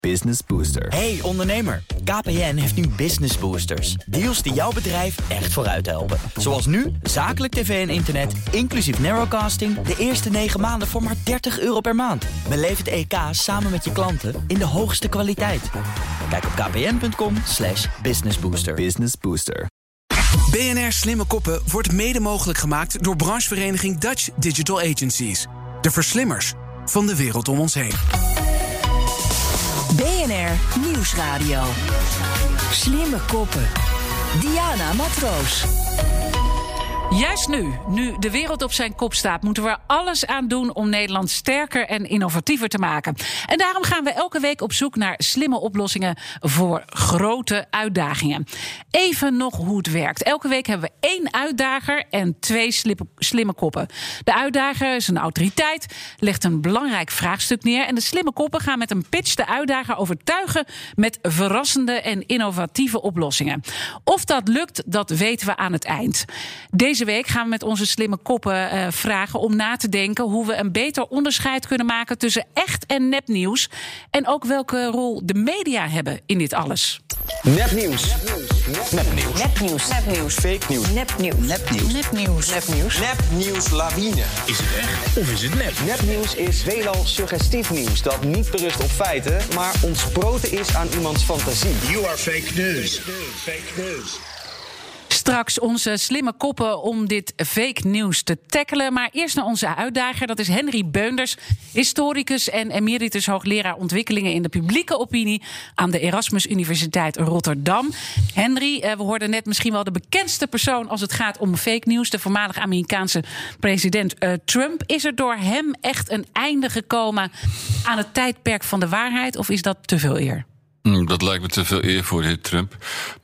Business Booster. Hey ondernemer, KPN heeft nu Business Boosters. Deals die jouw bedrijf echt vooruit helpen. Zoals nu, zakelijk tv en internet, inclusief narrowcasting... de eerste 9 maanden voor maar €30 per maand. Beleef het EK samen met je klanten in de hoogste kwaliteit. Kijk op kpn.com/businessbooster. Business Booster. BNR Slimme Koppen wordt mede mogelijk gemaakt door branchevereniging Dutch Digital Agencies. De verslimmers van de wereld om ons heen. BNR Nieuwsradio. Slimme Koppen. Diana Matroos. Juist nu de wereld op zijn kop staat, moeten we er alles aan doen om Nederland sterker en innovatiever te maken. En daarom gaan we elke week op zoek naar slimme oplossingen voor grote uitdagingen. Even nog hoe het werkt. Elke week hebben we 1 uitdager en 2 slimme koppen. De uitdager is een autoriteit, legt een belangrijk vraagstuk neer en de slimme koppen gaan met een pitch de uitdager overtuigen met verrassende en innovatieve oplossingen. Of dat lukt, dat weten we aan het eind. Deze week gaan we met onze slimme koppen vragen om na te denken hoe we een beter onderscheid kunnen maken tussen echt en nepnieuws. En ook welke rol de media hebben in dit alles. Nepnieuws. Nepnieuws. Nepnieuws. Nepnieuws. Fake nieuws. Nepnieuws. Nepnieuws. Nepnieuws. Nepnieuws. Nepnieuwslawine. Is het echt of is het nep? Nepnieuws is veelal suggestief nieuws dat niet berust op feiten, maar ontsproten is aan iemands fantasie. You are fake news. Fake news. Straks onze slimme koppen om dit fake nieuws te tackelen. Maar eerst naar onze uitdager, dat is Henry Beunders, historicus en emeritus hoogleraar ontwikkelingen in de publieke opinie aan de Erasmus Universiteit Rotterdam. Henry, we hoorden net misschien wel de bekendste persoon als het gaat om fake nieuws, de voormalig Amerikaanse president Trump. Is er door hem echt een einde gekomen aan het tijdperk van de waarheid, of is dat te veel eer? Dat lijkt me te veel eer voor de heer Trump.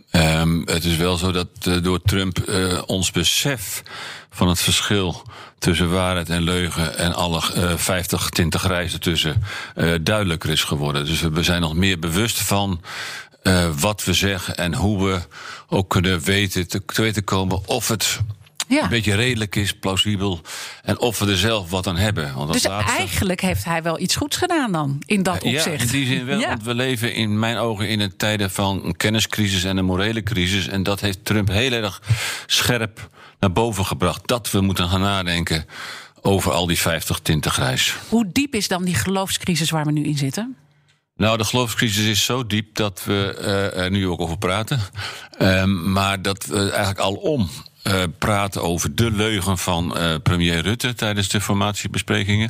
Het is wel zo dat door Trump ons besef van het verschil tussen waarheid en leugen en alle 50 tinten grijs ertussen duidelijker is geworden. Dus we zijn nog meer bewust van wat we zeggen en hoe we ook kunnen weten te weten komen of het een beetje redelijk is, plausibel, en of we er zelf wat aan hebben. Want dus eigenlijk heeft hij wel iets goeds gedaan dan, in dat opzicht. Ja, in die zin wel, want we leven in mijn ogen in een tijden van een kenniscrisis en een morele crisis. En dat heeft Trump heel erg scherp naar boven gebracht. Dat we moeten gaan nadenken over al die 50 tinten grijs. Hoe diep is dan die geloofscrisis waar we nu in zitten? Nou, de geloofscrisis is zo diep dat we er nu ook over praten. Maar dat we eigenlijk alom praten over de leugen van premier Rutte tijdens de formatiebesprekingen.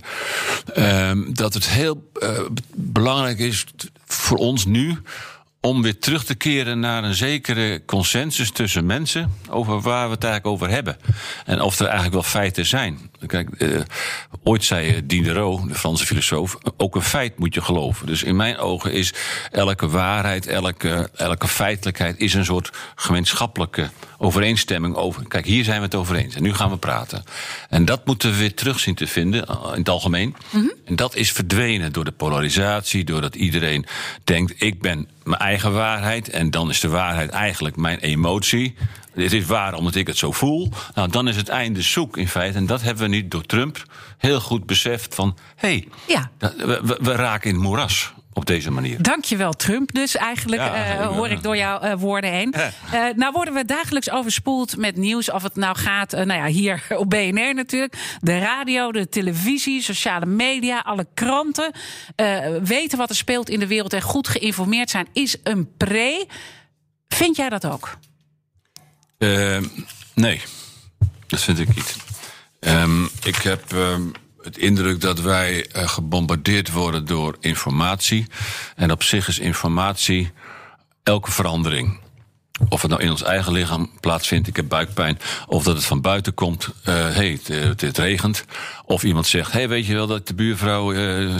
Dat het heel belangrijk is voor ons nu om weer terug te keren naar een zekere consensus tussen mensen over waar we het eigenlijk over hebben. En of er eigenlijk wel feiten zijn. Kijk, ooit zei Diderot, de Franse filosoof, ook een feit moet je geloven. Dus in mijn ogen is elke waarheid, elke feitelijkheid is een soort gemeenschappelijke overeenstemming over. Kijk, hier zijn we het over eens en nu gaan we praten. En dat moeten we weer terug zien te vinden in het algemeen. Mm-hmm. En dat is verdwenen door de polarisatie, doordat iedereen denkt, ik ben mijn eigen waarheid en dan is de waarheid eigenlijk mijn emotie. Dit is waar omdat ik het zo voel. Nou, dan is het einde zoek in feite. En dat hebben we nu door Trump heel goed beseft van, we raken in het moeras op deze manier. Dankjewel, Trump. Dus eigenlijk hoor ik door jouw woorden heen. Nou worden we dagelijks overspoeld met nieuws. Of het nou gaat, hier op BNR natuurlijk. De radio, de televisie, sociale media, alle kranten. Weten wat er speelt in de wereld en goed geïnformeerd zijn is een pre. Vind jij dat ook? Nee, dat vind ik niet. Ik heb het indruk dat wij gebombardeerd worden door informatie. En op zich is informatie elke verandering. Of het nou in ons eigen lichaam plaatsvindt, ik heb buikpijn, of dat het van buiten komt, het regent. Of iemand zegt, weet je wel dat de buurvrouw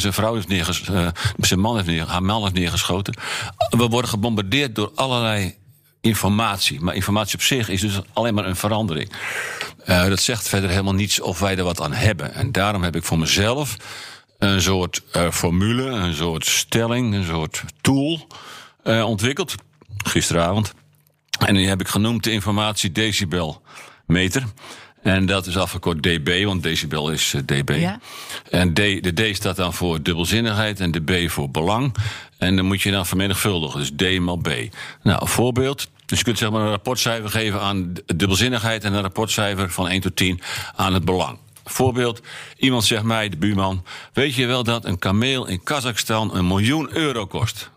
haar man heeft neergeschoten. We worden gebombardeerd door allerlei informatie. Maar informatie op zich is dus alleen maar een verandering. Dat zegt verder helemaal niets of wij er wat aan hebben. En daarom heb ik voor mezelf een soort formule, een soort stelling, een soort tool ontwikkeld. Gisteravond. En die heb ik genoemd de informatiedecibelmeter. En dat is afgekort dB, want decibel is dB. Ja. En de D staat dan voor dubbelzinnigheid en de B voor belang. En dan moet je dan vermenigvuldigen, dus D maal B. Nou, een voorbeeld. Dus je kunt zeg maar een rapportcijfer geven aan de dubbelzinnigheid en een rapportcijfer van 1 tot 10 aan het belang. Voorbeeld, iemand zegt mij, de buurman, weet je wel dat een kameel in Kazachstan €1 miljoen kost?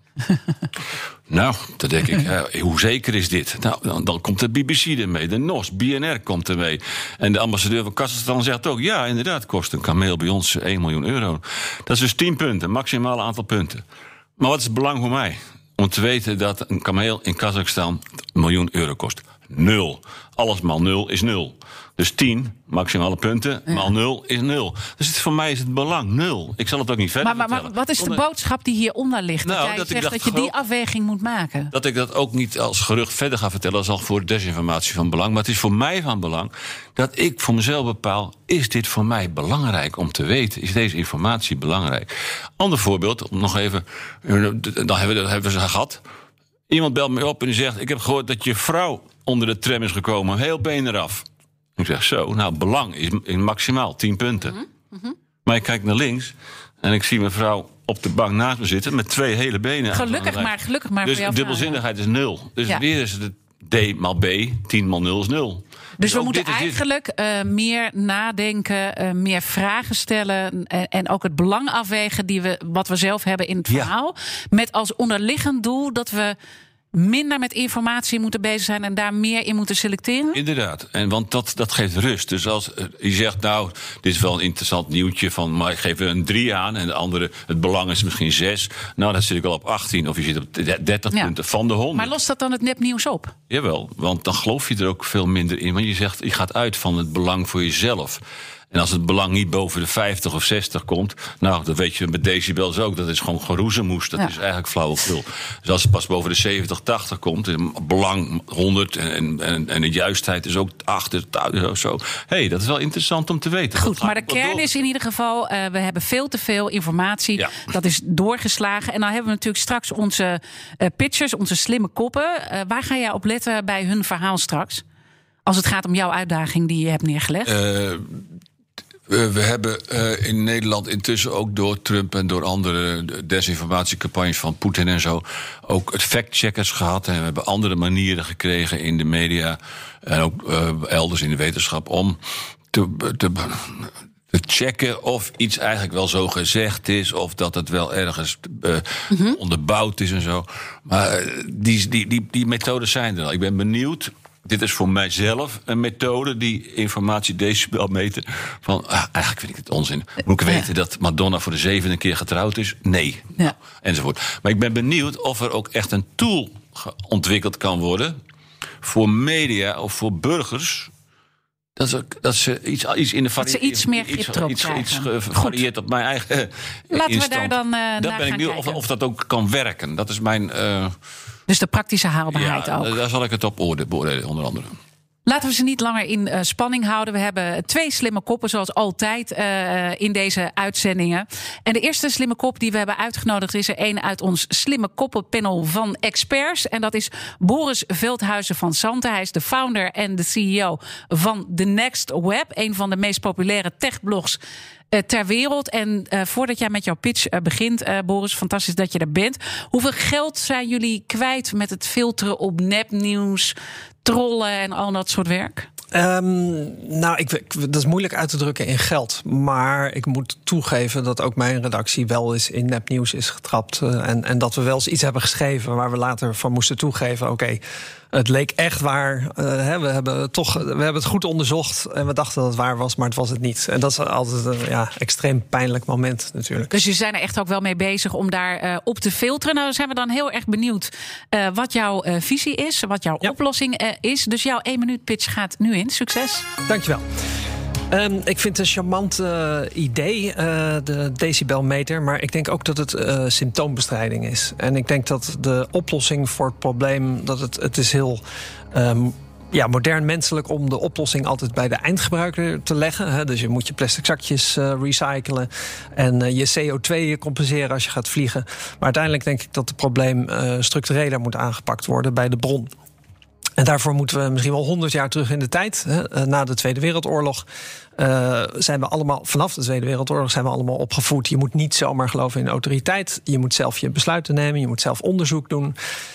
Nou, dan denk ik, hoe zeker is dit? Nou, dan komt de BBC ermee, de NOS, BNR komt ermee. En de ambassadeur van Kazachstan zegt ook, ja, inderdaad, kost een kameel bij ons €1 miljoen. Dat is dus 10 punten, maximale aantal punten. Maar wat is het belang voor mij? Om te weten dat een kameel in Kazachstan €1 miljoen kost. 0. Alles maal 0 is 0. Dus 10 maximale punten maal 0 is 0. Dus voor mij is het belang 0. Ik zal het ook niet verder vertellen. Maar wat is de boodschap die hieronder ligt? Nou, dat jij zegt dat je die afweging moet maken. Dat ik dat ook niet als gerucht verder ga vertellen, dat is al voor desinformatie van belang. Maar het is voor mij van belang dat ik voor mezelf bepaal, is dit voor mij belangrijk om te weten? Is deze informatie belangrijk? Ander voorbeeld, om nog even, dan hebben we ze gehad. Iemand belt me op en die zegt, ik heb gehoord dat je vrouw onder de tram is gekomen, heel been eraf. Ik zeg zo, nou, belang is maximaal 10 punten. Mm-hmm. Maar ik kijk naar links en ik zie mijn vrouw op de bank naast me zitten met 2 hele benen. Gelukkig maar. Dus dubbelzinnigheid is 0. Dus weer is het D maal B, 10 maal 0 is 0. Dus we moeten eigenlijk meer nadenken, meer vragen stellen en ook het belang afwegen wat we zelf hebben in het verhaal. Met als onderliggend doel dat we minder met informatie moeten bezig zijn en daar meer in moeten selecteren? Inderdaad, want dat geeft rust. Dus als je zegt, nou, dit is wel een interessant nieuwtje van, maar ik geef er een 3 aan en de andere, het belang is misschien 6. Nou, dan zit ik al op 18 of je zit op 30 punten van de 100. Maar lost dat dan het nepnieuws op? Jawel, want dan geloof je er ook veel minder in. Want je gaat uit van het belang voor jezelf. En als het belang niet boven de 50 of 60 komt, nou, dat weet je met decibels ook, dat is gewoon geroezemoes. Dat is eigenlijk flauwekul. Dus als het pas boven de 70, 80 komt, belang 100 en de juistheid is ook 80 zo. Hé, dat is wel interessant om te weten. Goed, maar de kern is in ieder geval, we hebben veel te veel informatie. Ja. Dat is doorgeslagen. En dan hebben we natuurlijk straks onze pitchers, onze slimme koppen. Waar ga jij op letten bij hun verhaal straks? Als het gaat om jouw uitdaging die je hebt neergelegd. We hebben in Nederland intussen ook door Trump en door andere desinformatiecampagnes van Poetin en zo ook het factcheckers gehad. En we hebben andere manieren gekregen in de media en ook elders in de wetenschap om te checken of iets eigenlijk wel zo gezegd is, of dat het wel ergens onderbouwd is en zo. Maar die methodes zijn er al. Ik ben benieuwd. Dit is voor mijzelf een methode, die informatie decibel meten. Van, eigenlijk vind ik het onzin. Moet ik weten dat Madonna voor de 7e keer getrouwd is? Nee. Ja. Enzovoort. Maar ik ben benieuwd of er ook echt een tool ontwikkeld kan worden voor media of voor burgers. Dat ze iets in de dat ze iets meer grip erop krijgen. Iets gevarieerd op mijn eigen Laten instand. we daar dan naar ben ik benieuwd of dat ook kan werken. Dat is mijn. Dus de praktische haalbaarheid ook. Daar zal ik het op beoordelen, onder andere. Laten we ze niet langer in spanning houden. We hebben 2 slimme koppen, zoals altijd, in deze uitzendingen. En de eerste slimme kop die we hebben uitgenodigd is er een uit ons slimme koppenpanel van experts. En dat is Boris Veldhuizen van Santen. Hij is de founder en de CEO van The Next Web. Een van de meest populaire techblogs ter wereld. En voordat jij met jouw pitch begint, Boris, fantastisch dat je er bent. Hoeveel geld zijn jullie kwijt met het filteren op nepnieuws, trollen en al dat soort werk? Dat is moeilijk uit te drukken in geld. Maar ik moet toegeven dat ook mijn redactie wel eens in nepnieuws is getrapt. En dat we wel eens iets hebben geschreven waar we later van moesten toegeven. Oké, het leek echt waar. We hebben het goed onderzocht en we dachten dat het waar was, maar het was het niet. En dat is altijd een extreem pijnlijk moment natuurlijk. Dus jullie zijn er echt ook wel mee bezig om daar op te filteren. Nou, dan zijn we dan heel erg benieuwd wat jouw visie is, wat jouw oplossing is. Dus jouw 1-minuut pitch gaat nu in. Succes. Dankjewel. Ik vind het een charmant idee, de decibelmeter. Maar ik denk ook dat het symptoombestrijding is. En ik denk dat de oplossing voor het probleem, dat het is heel modern menselijk om de oplossing altijd bij de eindgebruiker te leggen. Hè. Dus je moet je plastic zakjes recyclen en je CO2 compenseren als je gaat vliegen. Maar uiteindelijk denk ik dat het probleem structureler moet aangepakt worden bij de bron. En daarvoor moeten we misschien wel 100 jaar terug in de tijd. Na de Tweede Wereldoorlog zijn we allemaal, vanaf de Tweede Wereldoorlog zijn we allemaal opgevoed. Je moet niet zomaar geloven in autoriteit. Je moet zelf je besluiten nemen. Je moet zelf onderzoek doen.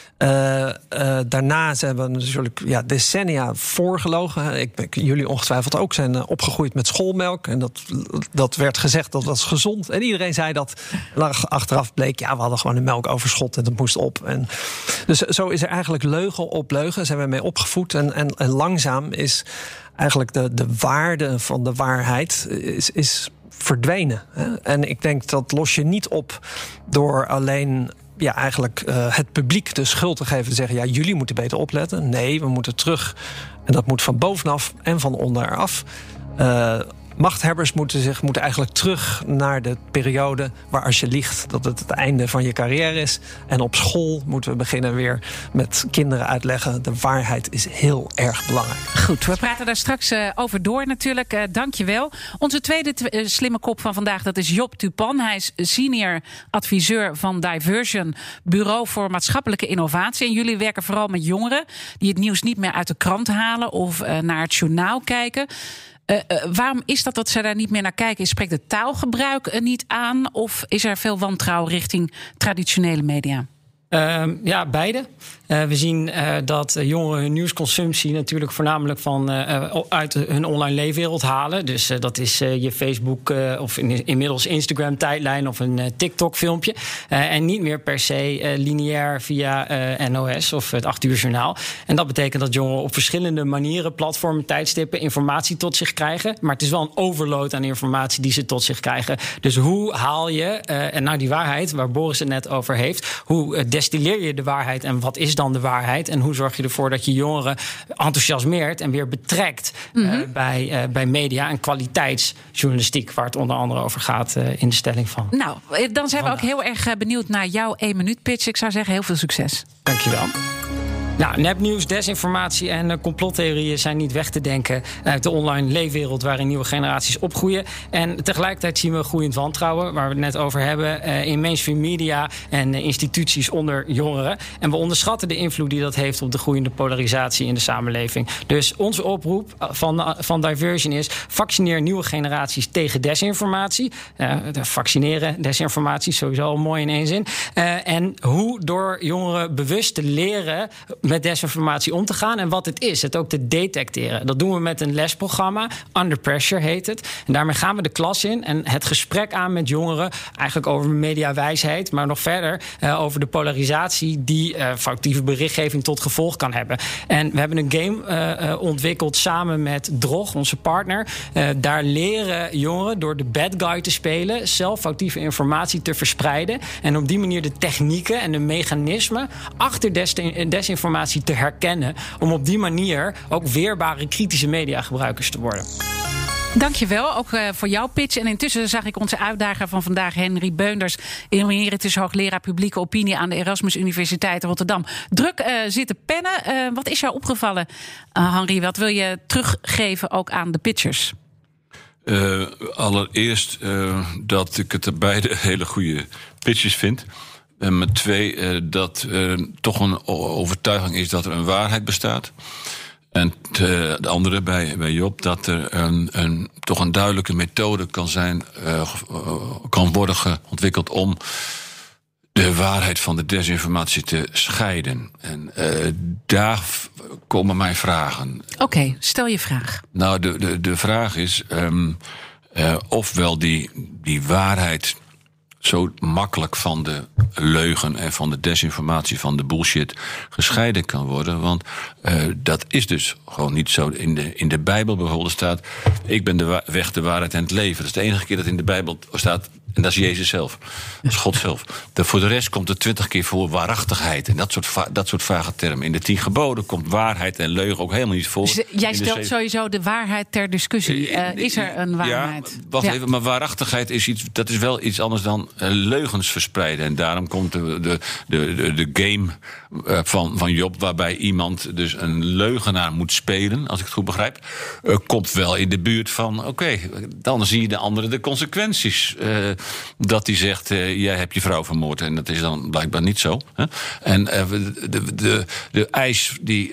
Daarna zijn we natuurlijk decennia voorgelogen. Jullie ongetwijfeld ook zijn opgegroeid met schoolmelk. En dat werd gezegd dat was gezond. En iedereen zei dat. Achteraf bleek, we hadden gewoon een melkoverschot en dat moest op. En dus zo is er eigenlijk leugen op leugen. Zijn we mee opgevoed. En langzaam is eigenlijk de waarde van de waarheid is verdwenen. En ik denk dat los je niet op door alleen eigenlijk het publiek de schuld te geven. Te zeggen, jullie moeten beter opletten. Nee, we moeten terug. En dat moet van bovenaf en van onderaf. Machthebbers moeten eigenlijk terug naar de periode waar als je liegt dat het einde van je carrière is. En op school moeten we beginnen weer met kinderen uitleggen. De waarheid is heel erg belangrijk. Goed, we praten daar straks over door natuurlijk. Dank je wel. Onze tweede slimme kop van vandaag, dat is Job Tupan. Hij is senior adviseur van Diversion, Bureau voor Maatschappelijke Innovatie. En jullie werken vooral met jongeren die het nieuws niet meer uit de krant halen of naar het journaal kijken. Waarom is dat zij daar niet meer naar kijken? Spreekt het taalgebruik niet aan? Of is er veel wantrouwen richting traditionele media? Beide. We zien dat jongeren hun nieuwsconsumptie natuurlijk voornamelijk uit hun online leefwereld halen. Dus dat is je Facebook of inmiddels Instagram tijdlijn of een TikTok filmpje. En niet meer per se lineair via NOS of het 8 uur journaal. En dat betekent dat jongeren op verschillende manieren, platformen, tijdstippen, informatie tot zich krijgen. Maar het is wel een overload aan informatie die ze tot zich krijgen. Dus hoe haal je, die waarheid waar Boris het net over heeft, hoe destilleer je de waarheid en wat is dan de waarheid? En hoe zorg je ervoor dat je jongeren enthousiasmeert en weer betrekt bij media en kwaliteitsjournalistiek, waar het onder andere over gaat in de stelling van. Nou, dan zijn we ook heel erg benieuwd naar jouw 1 minuut pitch. Ik zou zeggen, heel veel succes. Dankjewel. Nou, nepnieuws, desinformatie en complottheorieën zijn niet weg te denken uit de online leefwereld waarin nieuwe generaties opgroeien. En tegelijkertijd zien we groeiend wantrouwen, waar we het net over hebben, in mainstream media en instituties onder jongeren. En we onderschatten de invloed die dat heeft op de groeiende polarisatie in de samenleving. Dus onze oproep van Diversion is: vaccineer nieuwe generaties tegen desinformatie. Vaccineren, desinformatie, sowieso al mooi in één zin. En hoe door jongeren bewust te leren met desinformatie om te gaan en wat het is. Het ook te detecteren. Dat doen we met een lesprogramma. Under Pressure heet het. En daarmee gaan we de klas in en het gesprek aan met jongeren. Eigenlijk over mediawijsheid, maar nog verder over de polarisatie die foutieve berichtgeving tot gevolg kan hebben. En we hebben een game ontwikkeld samen met Drog, onze partner. Daar leren jongeren door de bad guy te spelen zelf foutieve informatie te verspreiden. En op die manier de technieken en de mechanismen achter desinformatie te herkennen, om op die manier ook weerbare kritische mediagebruikers te worden. Dankjewel, ook voor jouw pitch. En intussen zag ik onze uitdager van vandaag, Henry Beunders, emeritus hoogleraar publieke opinie aan de Erasmus Universiteit Rotterdam, druk zitten pennen. Wat is jou opgevallen, Henry? Wat wil je teruggeven ook aan de pitchers? Allereerst dat ik het er beide hele goede pitches vind. En met 2, dat toch een overtuiging is dat er een waarheid bestaat. En de andere bij Job, dat er toch een duidelijke methode kan worden ontwikkeld om de waarheid van de desinformatie te scheiden. En daar komen mijn vragen. Oké, stel je vraag. Nou, de vraag is ofwel die waarheid zo makkelijk van de leugen en van de desinformatie, van de bullshit gescheiden kan worden. Want dat is dus gewoon niet zo. In de Bijbel bijvoorbeeld staat: ik ben de weg, de waarheid en het leven. Dat is de enige keer dat in de Bijbel staat. En dat is Jezus zelf. Dat is God zelf. Voor de rest komt er 20 keer voor waarachtigheid. En dat soort vage termen. In de 10 geboden komt waarheid en leugen ook helemaal niet voor. Dus jij stelt sowieso de waarheid ter discussie. Is er een waarheid? Ja, wacht even. Maar waarachtigheid is wel iets anders dan leugens verspreiden. En daarom komt de game van Job, waarbij iemand dus een leugenaar moet spelen, als ik het goed begrijp, komt wel in de buurt van oké, dan zie je de andere de consequenties. dat hij zegt, jij hebt je vrouw vermoord. En dat is dan blijkbaar niet zo. Hè? En de eis die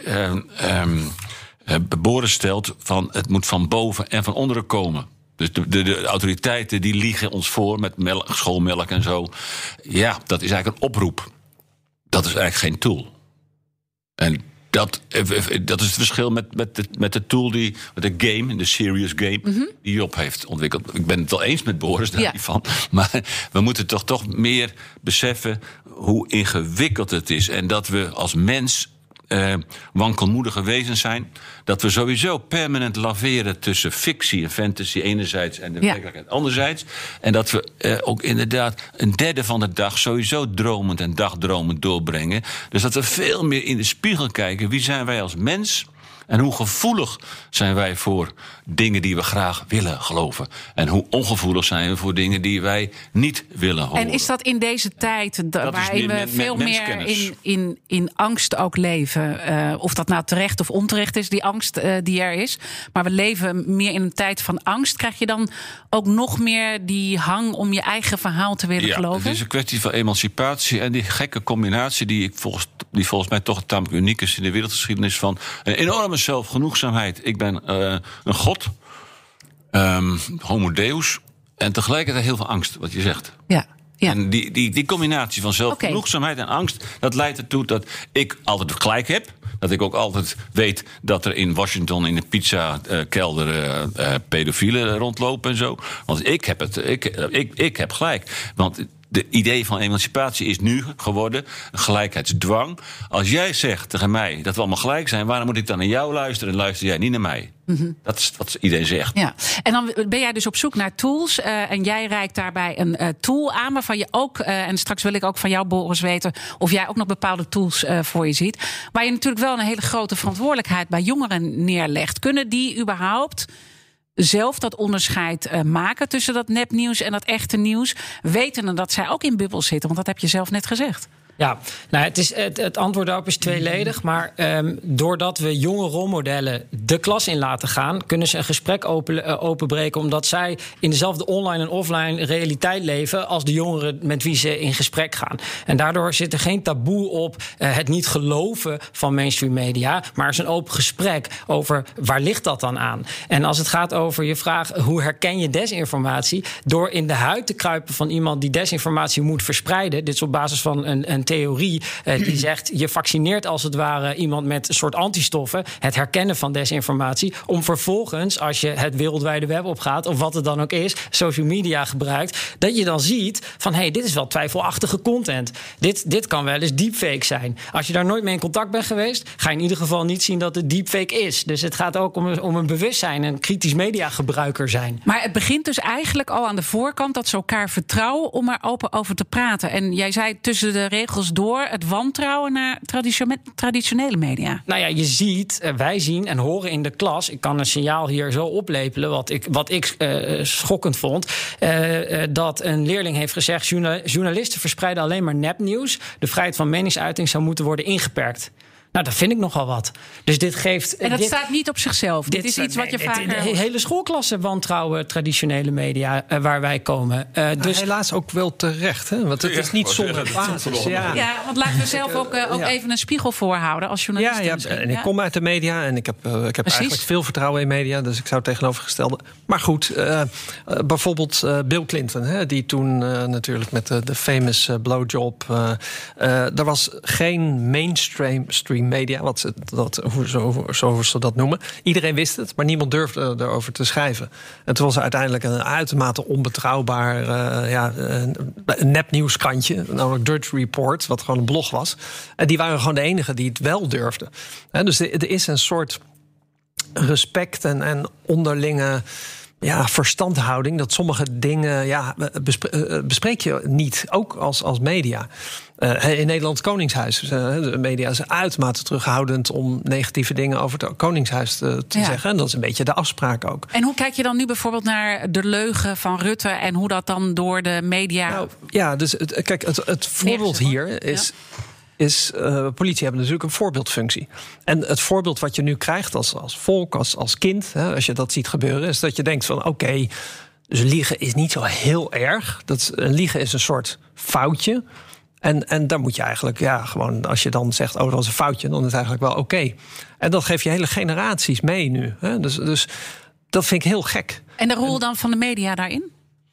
Boris stelt, van het moet van boven en van onderen komen. Dus de autoriteiten die liegen ons voor met schoolmelk en zo. Ja, dat is eigenlijk een oproep. Dat is eigenlijk geen tool. En dat is het verschil met de tool met de game, de serious game, die Job heeft ontwikkeld. Ik ben het wel eens met Boris daar niet van. Maar we moeten toch meer beseffen hoe ingewikkeld het is. En dat we als mens wankelmoedige wezens zijn. Dat we sowieso permanent laveren tussen fictie en fantasy enerzijds en de werkelijkheid anderzijds. En dat we ook inderdaad een derde van de dag sowieso dromend en dagdromend doorbrengen. Dus dat we veel meer in de spiegel kijken. Wie zijn wij als mens? En hoe gevoelig zijn wij voor dingen die we graag willen geloven? En hoe ongevoelig zijn we voor dingen die wij niet willen horen? En is dat in deze tijd waarin we veel meer in angst ook leven? Of dat nou terecht of onterecht is, die angst die er is. Maar we leven meer in een tijd van angst. Krijg je dan ook nog meer die hang om je eigen verhaal te willen geloven? Het is een kwestie van emancipatie en die gekke combinatie die volgens mij toch tamelijk uniek is in de wereldgeschiedenis van een enorme zelfgenoegzaamheid. Ik ben een god, homo deus, en tegelijkertijd heel veel angst, wat je zegt. Ja. En die combinatie van zelfgenoegzaamheid en angst, dat leidt ertoe dat ik altijd gelijk heb. Dat ik ook altijd weet dat er in Washington in de pizza-kelder pedofielen rondlopen en zo. Want ik heb gelijk. Want de idee van emancipatie is nu geworden een gelijkheidsdwang. Als jij zegt tegen mij dat we allemaal gelijk zijn, waarom moet ik dan naar jou luisteren en luister jij niet naar mij? Dat is wat iedereen zegt. Ja. En dan ben jij dus op zoek naar tools. En jij reikt daarbij een tool aan waarvan je ook, en straks wil ik ook van jou, Boris, weten of jij ook nog bepaalde tools voor je ziet. Waar je natuurlijk wel een hele grote verantwoordelijkheid bij jongeren neerlegt. Kunnen die überhaupt zelf dat onderscheid maken tussen dat nepnieuws en dat echte nieuws, wetende dat zij ook in bubbels zitten? Want dat heb je zelf net gezegd. Ja, nou, het antwoord daarop is tweeledig. Maar doordat we jonge rolmodellen de klas in laten gaan, kunnen ze een gesprek openbreken, omdat zij in dezelfde online en offline realiteit leven als de jongeren met wie ze in gesprek gaan. En daardoor zit er geen taboe op het niet geloven van mainstream media, maar er is een open gesprek over waar ligt dat dan aan. En als het gaat over je vraag hoe herken je desinformatie, door in de huid te kruipen van iemand die desinformatie moet verspreiden. Dit is op basis van een theorie die zegt, je vaccineert als het ware iemand met een soort antistoffen, het herkennen van desinformatie, om vervolgens, als je het wereldwijde web opgaat, of wat het dan ook is, social media gebruikt, dat je dan ziet van, dit is wel twijfelachtige content. Dit kan wel eens deepfake zijn. Als je daar nooit mee in contact bent geweest, ga je in ieder geval niet zien dat het deepfake is. Dus het gaat ook om een bewustzijn, een kritisch mediagebruiker zijn. Maar het begint dus eigenlijk al aan de voorkant dat ze elkaar vertrouwen om er open over te praten. En jij zei tussen de regels door het wantrouwen naar traditionele media. Nou ja, je ziet, wij zien en horen in de klas, ik kan een signaal hier zo oplepelen, wat ik schokkend vond, dat een leerling heeft gezegd, journalisten verspreiden alleen maar nepnieuws. De vrijheid van meningsuiting zou moeten worden ingeperkt. Nou, dat vind ik nogal wat. Dus dit geeft. En dat staat niet op zichzelf. Dit is iets wat je vaker. De hele schoolklasse wantrouwen traditionele media waar wij komen. Dus helaas ook wel terecht, hè? Want het is niet zonder basis. Ja, want laten we zelf ook even een spiegel voorhouden als journalist. Ja, en ik kom uit de media en ik heb eigenlijk veel vertrouwen in media, dus ik zou het tegenovergestelde. Maar goed, bijvoorbeeld Bill Clinton, die toen natuurlijk met de famous blowjob. Er was geen mainstream media, zoals ze dat noemen. Iedereen wist het, maar niemand durfde erover te schrijven. En toen was er uiteindelijk een uitermate onbetrouwbaar nepnieuwskrantje, namelijk Drudge Report, wat gewoon een blog was. En die waren gewoon de enigen die het wel durfden. Dus er is een soort respect en onderlinge verstandhouding, dat sommige dingen bespreek je niet, ook als media. In Nederland Koningshuis. De media is uitermate terughoudend om negatieve dingen over het Koningshuis te zeggen. En dat is een beetje de afspraak ook. En hoe kijk je dan nu bijvoorbeeld naar de leugen van Rutte en hoe dat dan door de media... Dus het voorbeeld hier is... politie hebben natuurlijk een voorbeeldfunctie. En het voorbeeld wat je nu krijgt als volk, als kind, als je dat ziet gebeuren, is dat je denkt van oké, Dus liegen is niet zo heel erg. Liegen is een soort foutje. En daar moet je eigenlijk, gewoon als je dan zegt, dat was een foutje, dan is het eigenlijk wel oké. En dat geef je hele generaties mee nu. Hè? Dus dat vind ik heel gek. En de rol dan van de media daarin?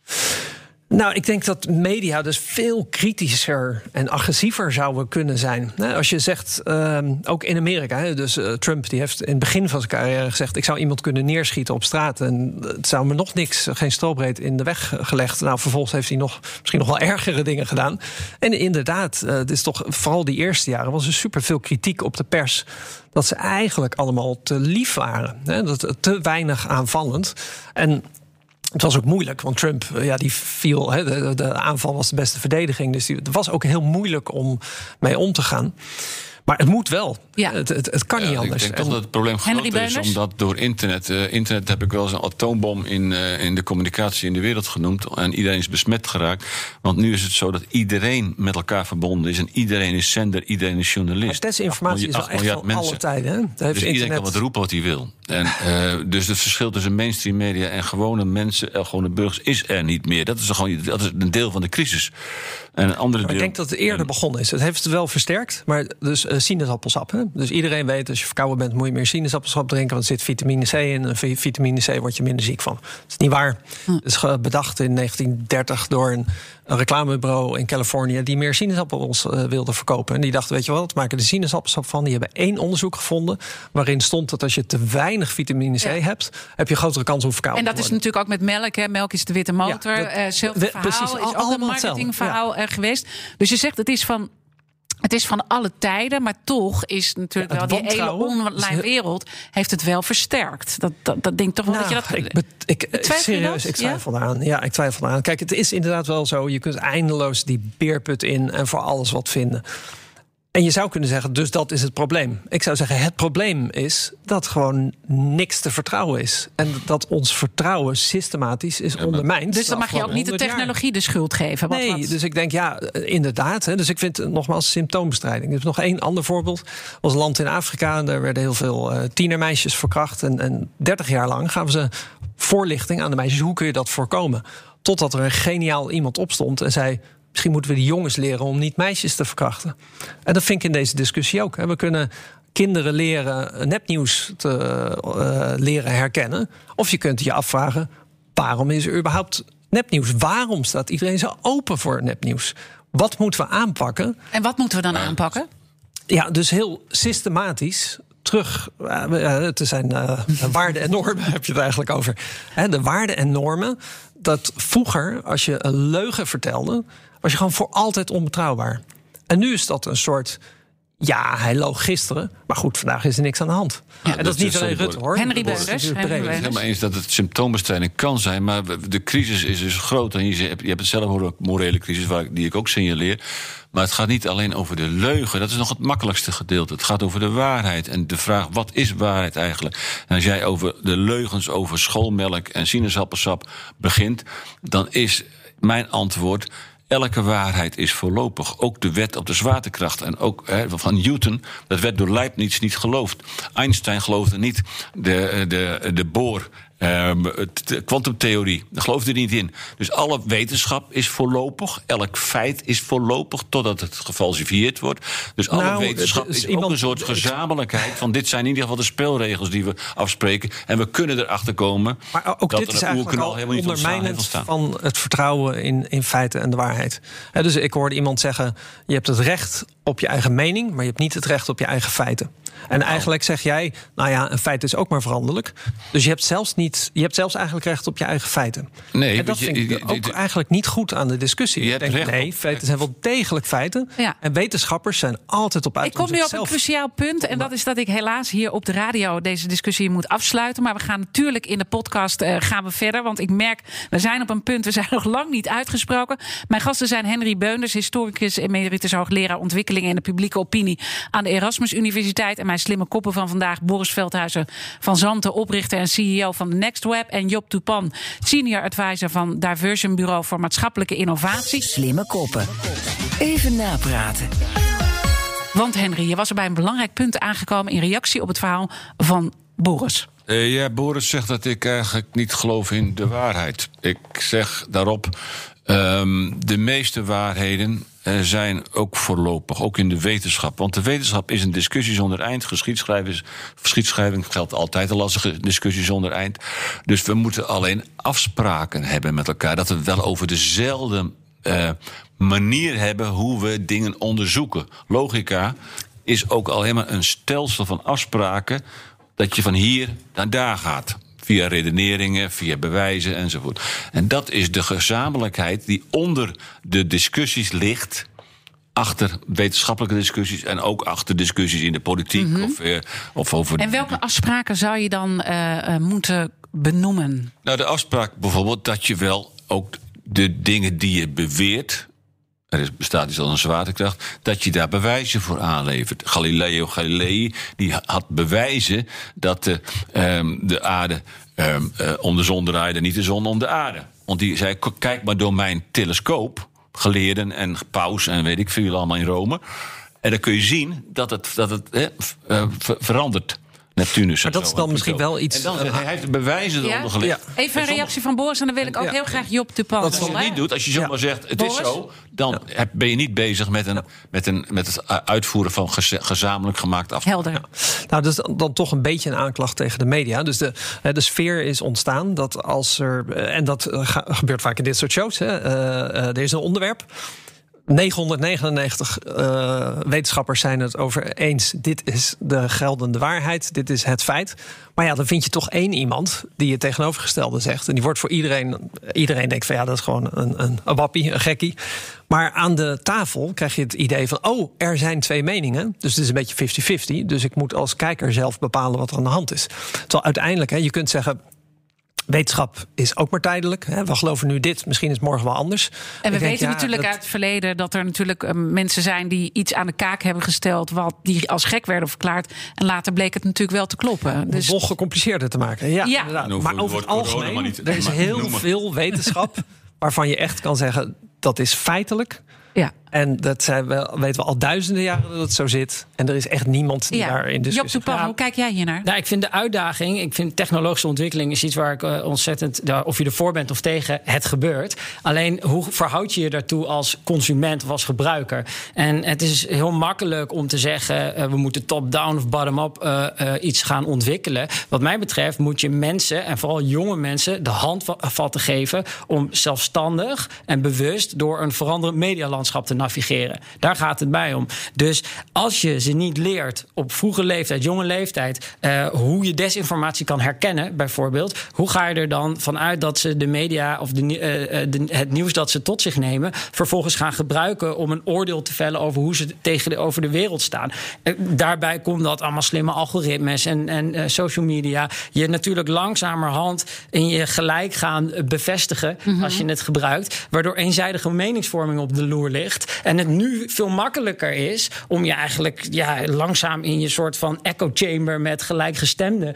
Nou, ik denk dat media dus veel kritischer en agressiever zouden kunnen zijn. Als je zegt, ook in Amerika, dus Trump die heeft in het begin van zijn carrière gezegd, ik zou iemand kunnen neerschieten op straat en het zou me nog geen strobreed in de weg gelegd. Nou, vervolgens heeft hij misschien nog wel ergere dingen gedaan. En inderdaad, het is toch vooral die eerste jaren was er superveel kritiek op de pers dat ze eigenlijk allemaal te lief waren. Dat te weinig aanvallend. En het was ook moeilijk, want Trump die viel. De aanval was de beste verdediging. Dus het was ook heel moeilijk om mee om te gaan. Maar het moet wel. Ja. Het kan niet anders. Ik denk toch dat het probleem groter is, omdat door internet... internet heb ik wel eens een atoombom in de communicatie in de wereld genoemd. En iedereen is besmet geraakt. Want nu is het zo dat iedereen met elkaar verbonden is. En iedereen is zender, iedereen is journalist. Maar desinformatie is wel echt van alle tijden. Hè? Dus iedereen kan wat roepen wat hij wil. En, dus het verschil tussen mainstream media en gewone mensen, gewone burgers, is er niet meer. Dat is een deel van de crisis. En een andere deel, ik denk dat het eerder begonnen is. Het heeft het wel versterkt, maar dus sinaasappelsap. Hè? Dus iedereen weet, als je verkouden bent, moet je meer sinaasappelsap drinken, want er zit vitamine C in. En vitamine C word je minder ziek van. Dat is niet waar. Het is bedacht in 1930 door een reclamebureau in Californië die meer sinaasappels wilde verkopen. En die dachten, weet je wat, maken de sinaasappelsap van. Die hebben 1 onderzoek gevonden waarin stond dat als je te weinig vitamine C hebt, heb je grotere kans om verkouden te worden. En dat is natuurlijk ook met melk. Hè? Melk is de witte motor. Hetzelfde verhaal. Precies, is ook een marketingverhaal geweest. Dus je zegt, het is van alle tijden, maar toch is natuurlijk wel die hele online wereld heeft het wel versterkt. Dat denk ik toch wel dat je dat... Ik twijfel daaraan. Ja, ik twijfel daaraan. Kijk, het is inderdaad wel zo, je kunt eindeloos die beerput in en voor alles wat vinden. En je zou kunnen zeggen, dus dat is het probleem. Ik zou zeggen, het probleem is dat gewoon niks te vertrouwen is. En dat ons vertrouwen systematisch is ondermijnd. Dus dan mag je ook niet de technologie de schuld geven. Dus ik denk, inderdaad. Dus ik vind nogmaals symptoombestrijding. Er is nog 1 ander voorbeeld. Er was een land in Afrika, daar werden heel veel tienermeisjes verkracht. En 30 jaar lang gaven ze voorlichting aan de meisjes. Hoe kun je dat voorkomen? Totdat er een geniaal iemand opstond en zei, misschien moeten we die jongens leren om niet meisjes te verkrachten. En dat vind ik in deze discussie ook. We kunnen kinderen leren nepnieuws te leren herkennen. Of je kunt je afvragen, waarom is er überhaupt nepnieuws? Waarom staat iedereen zo open voor nepnieuws? Wat moeten we aanpakken? En wat moeten we dan aanpakken? Ja, dus heel systematisch terug. Het zijn waarden en normen, heb je het eigenlijk over. De waarden en normen. Dat vroeger, als je een leugen vertelde, was je gewoon voor altijd onbetrouwbaar. En nu is dat een soort, hij loog gisteren, maar goed, vandaag is er niks aan de hand. Ja, en dat is niet alleen Rutte, hoor. Henry Beunders. Ik ben het helemaal eens dat het symptoombestrijding kan zijn, maar de crisis is dus groot. En je hebt het zelf over de morele crisis, die ik ook signaleer. Maar het gaat niet alleen over de leugen. Dat is nog het makkelijkste gedeelte. Het gaat over de waarheid. En de vraag, wat is waarheid eigenlijk? En als jij over de leugens over schoolmelk en sinaasappelsap begint, dan is mijn antwoord, elke waarheid is voorlopig. Ook de wet op de zwaartekracht. En ook van Newton, dat werd door Leibniz niet geloofd. Einstein geloofde niet de Bohr, de kwantumtheorie. Daar geloofde hij niet in. Dus alle wetenschap is voorlopig. Elk feit is voorlopig, totdat het gefalsifieerd wordt. Dus alle wetenschap is ook een soort gezamenlijkheid van, dit zijn in ieder geval de spelregels die we afspreken. En we kunnen erachter komen. Maar ook dat dit is eigenlijk al ondermijnend van het vertrouwen in feiten en de waarheid. Dus ik hoorde iemand zeggen, je hebt het recht op je eigen mening, maar je hebt niet het recht op je eigen feiten. En eigenlijk zeg jij, een feit is ook maar veranderlijk. Dus je hebt zelfs eigenlijk recht op je eigen feiten. Nee, en dat vind ik ook eigenlijk niet goed aan de discussie. Ik denk, feiten zijn wel degelijk feiten. Ja. En wetenschappers zijn altijd op uit. Ik kom nu op een cruciaal punt. En dat is dat ik helaas hier op de radio deze discussie moet afsluiten. Maar we gaan natuurlijk in de podcast gaan we verder. Want ik merk, we zijn op een punt, we zijn nog lang niet uitgesproken. Mijn gasten zijn Henry Beunders, historicus, emeritus hoogleraar ontwikkeling in de publieke opinie aan de Erasmus Universiteit. En mijn slimme koppen van vandaag, Boris Veldhuizen van Zanten, oprichter en CEO van The Next Web. En Job Tupan, senior advisor van Diversion Bureau voor Maatschappelijke Innovatie. Slimme koppen. Even napraten. Want Henry, je was er bij een belangrijk punt aangekomen in reactie op het verhaal van Boris. Boris zegt dat ik eigenlijk niet geloof in de waarheid. Ik zeg daarop, de meeste waarheden zijn ook voorlopig, ook in de wetenschap. Want de wetenschap is een discussie zonder eind. Geschiedschrijving geldt altijd een lastige discussie zonder eind. Dus we moeten alleen afspraken hebben met elkaar. Dat we het wel over dezelfde manier hebben hoe we dingen onderzoeken. Logica is ook al helemaal een stelsel van afspraken dat je van hier naar daar gaat. Via redeneringen, via bewijzen enzovoort. En dat is de gezamenlijkheid die onder de discussies ligt. Achter wetenschappelijke discussies en ook achter discussies in de politiek. Of over. En welke afspraken zou je dan moeten benoemen? Nou, de afspraak bijvoorbeeld dat je wel ook de dingen die je beweert. Bestaat iets als een zwaartekracht, dat je daar bewijzen voor aanlevert. Galileo Galilei die had bewijzen dat de aarde om de zon draaide, niet de zon om de aarde. Want die zei, kijk maar door mijn telescoop, geleerden en paus en weet ik veel allemaal in Rome. En dan kun je zien dat het verandert. Neptunus. Maar dat is dan misschien wel iets. En dan, hij heeft de bewijzen eronder gelegd. Ja. Even een reactie van Boris en dan wil ik ook heel graag Job de Pan. Wat je niet doet, als je zomaar zegt, het Boris? Is zo, dan ben je niet bezig met het uitvoeren van gezamenlijk gemaakt afspraken. Helder. Nou, dat is dan toch een beetje een aanklacht tegen de media. Dus de sfeer is ontstaan dat als er, en dat gebeurt vaak in dit soort shows, er is een onderwerp. 999 wetenschappers zijn het over eens. Dit is de geldende waarheid. Dit is het feit. Maar ja, dan vind je toch één iemand die het tegenovergestelde zegt. En die wordt voor iedereen denkt van ja, dat is gewoon een wappie, een gekkie. Maar aan de tafel krijg je het idee van er zijn twee meningen. Dus het is een beetje 50-50. Dus ik moet als kijker zelf bepalen wat er aan de hand is. Terwijl uiteindelijk, je kunt zeggen, wetenschap is ook maar tijdelijk. We geloven nu dit, misschien is het morgen wel anders. En we weten natuurlijk uit het verleden dat er natuurlijk mensen zijn die iets aan de kaak hebben gesteld die als gek werden verklaard. En later bleek het natuurlijk wel te kloppen. Dus nog gecompliceerder te maken. Ja. Nou, maar over het algemeen, er is heel veel wetenschap waarvan je echt kan zeggen, dat is feitelijk. Ja. En dat weten we al duizenden jaren dat het zo zit. En er is echt niemand die daarin discussie. Job de Pan, hoe kijk jij hiernaar? Nou, ik vind de uitdaging, technologische ontwikkeling is iets waar ik ontzettend, of je ervoor bent of tegen, het gebeurt. Alleen, hoe verhoud je je daartoe als consument of als gebruiker? En het is heel makkelijk om te zeggen, we moeten top-down of bottom-up iets gaan ontwikkelen. Wat mij betreft moet je mensen, en vooral jonge mensen, de handvatten geven om zelfstandig en bewust door een veranderend medialandschap te navigeren. Daar gaat het bij om. Dus als je ze niet leert op vroege leeftijd, jonge leeftijd, hoe je desinformatie kan herkennen, bijvoorbeeld, hoe ga je er dan vanuit dat ze de media of het nieuws dat ze tot zich nemen, vervolgens gaan gebruiken om een oordeel te vellen over hoe ze over de wereld staan. Daarbij komt dat allemaal slimme algoritmes en social media je natuurlijk langzamerhand in je gelijk gaan bevestigen als je het gebruikt, waardoor eenzijdige meningsvorming op de loer ligt. En het nu veel makkelijker is om je eigenlijk langzaam in je soort van echo chamber met gelijkgestemden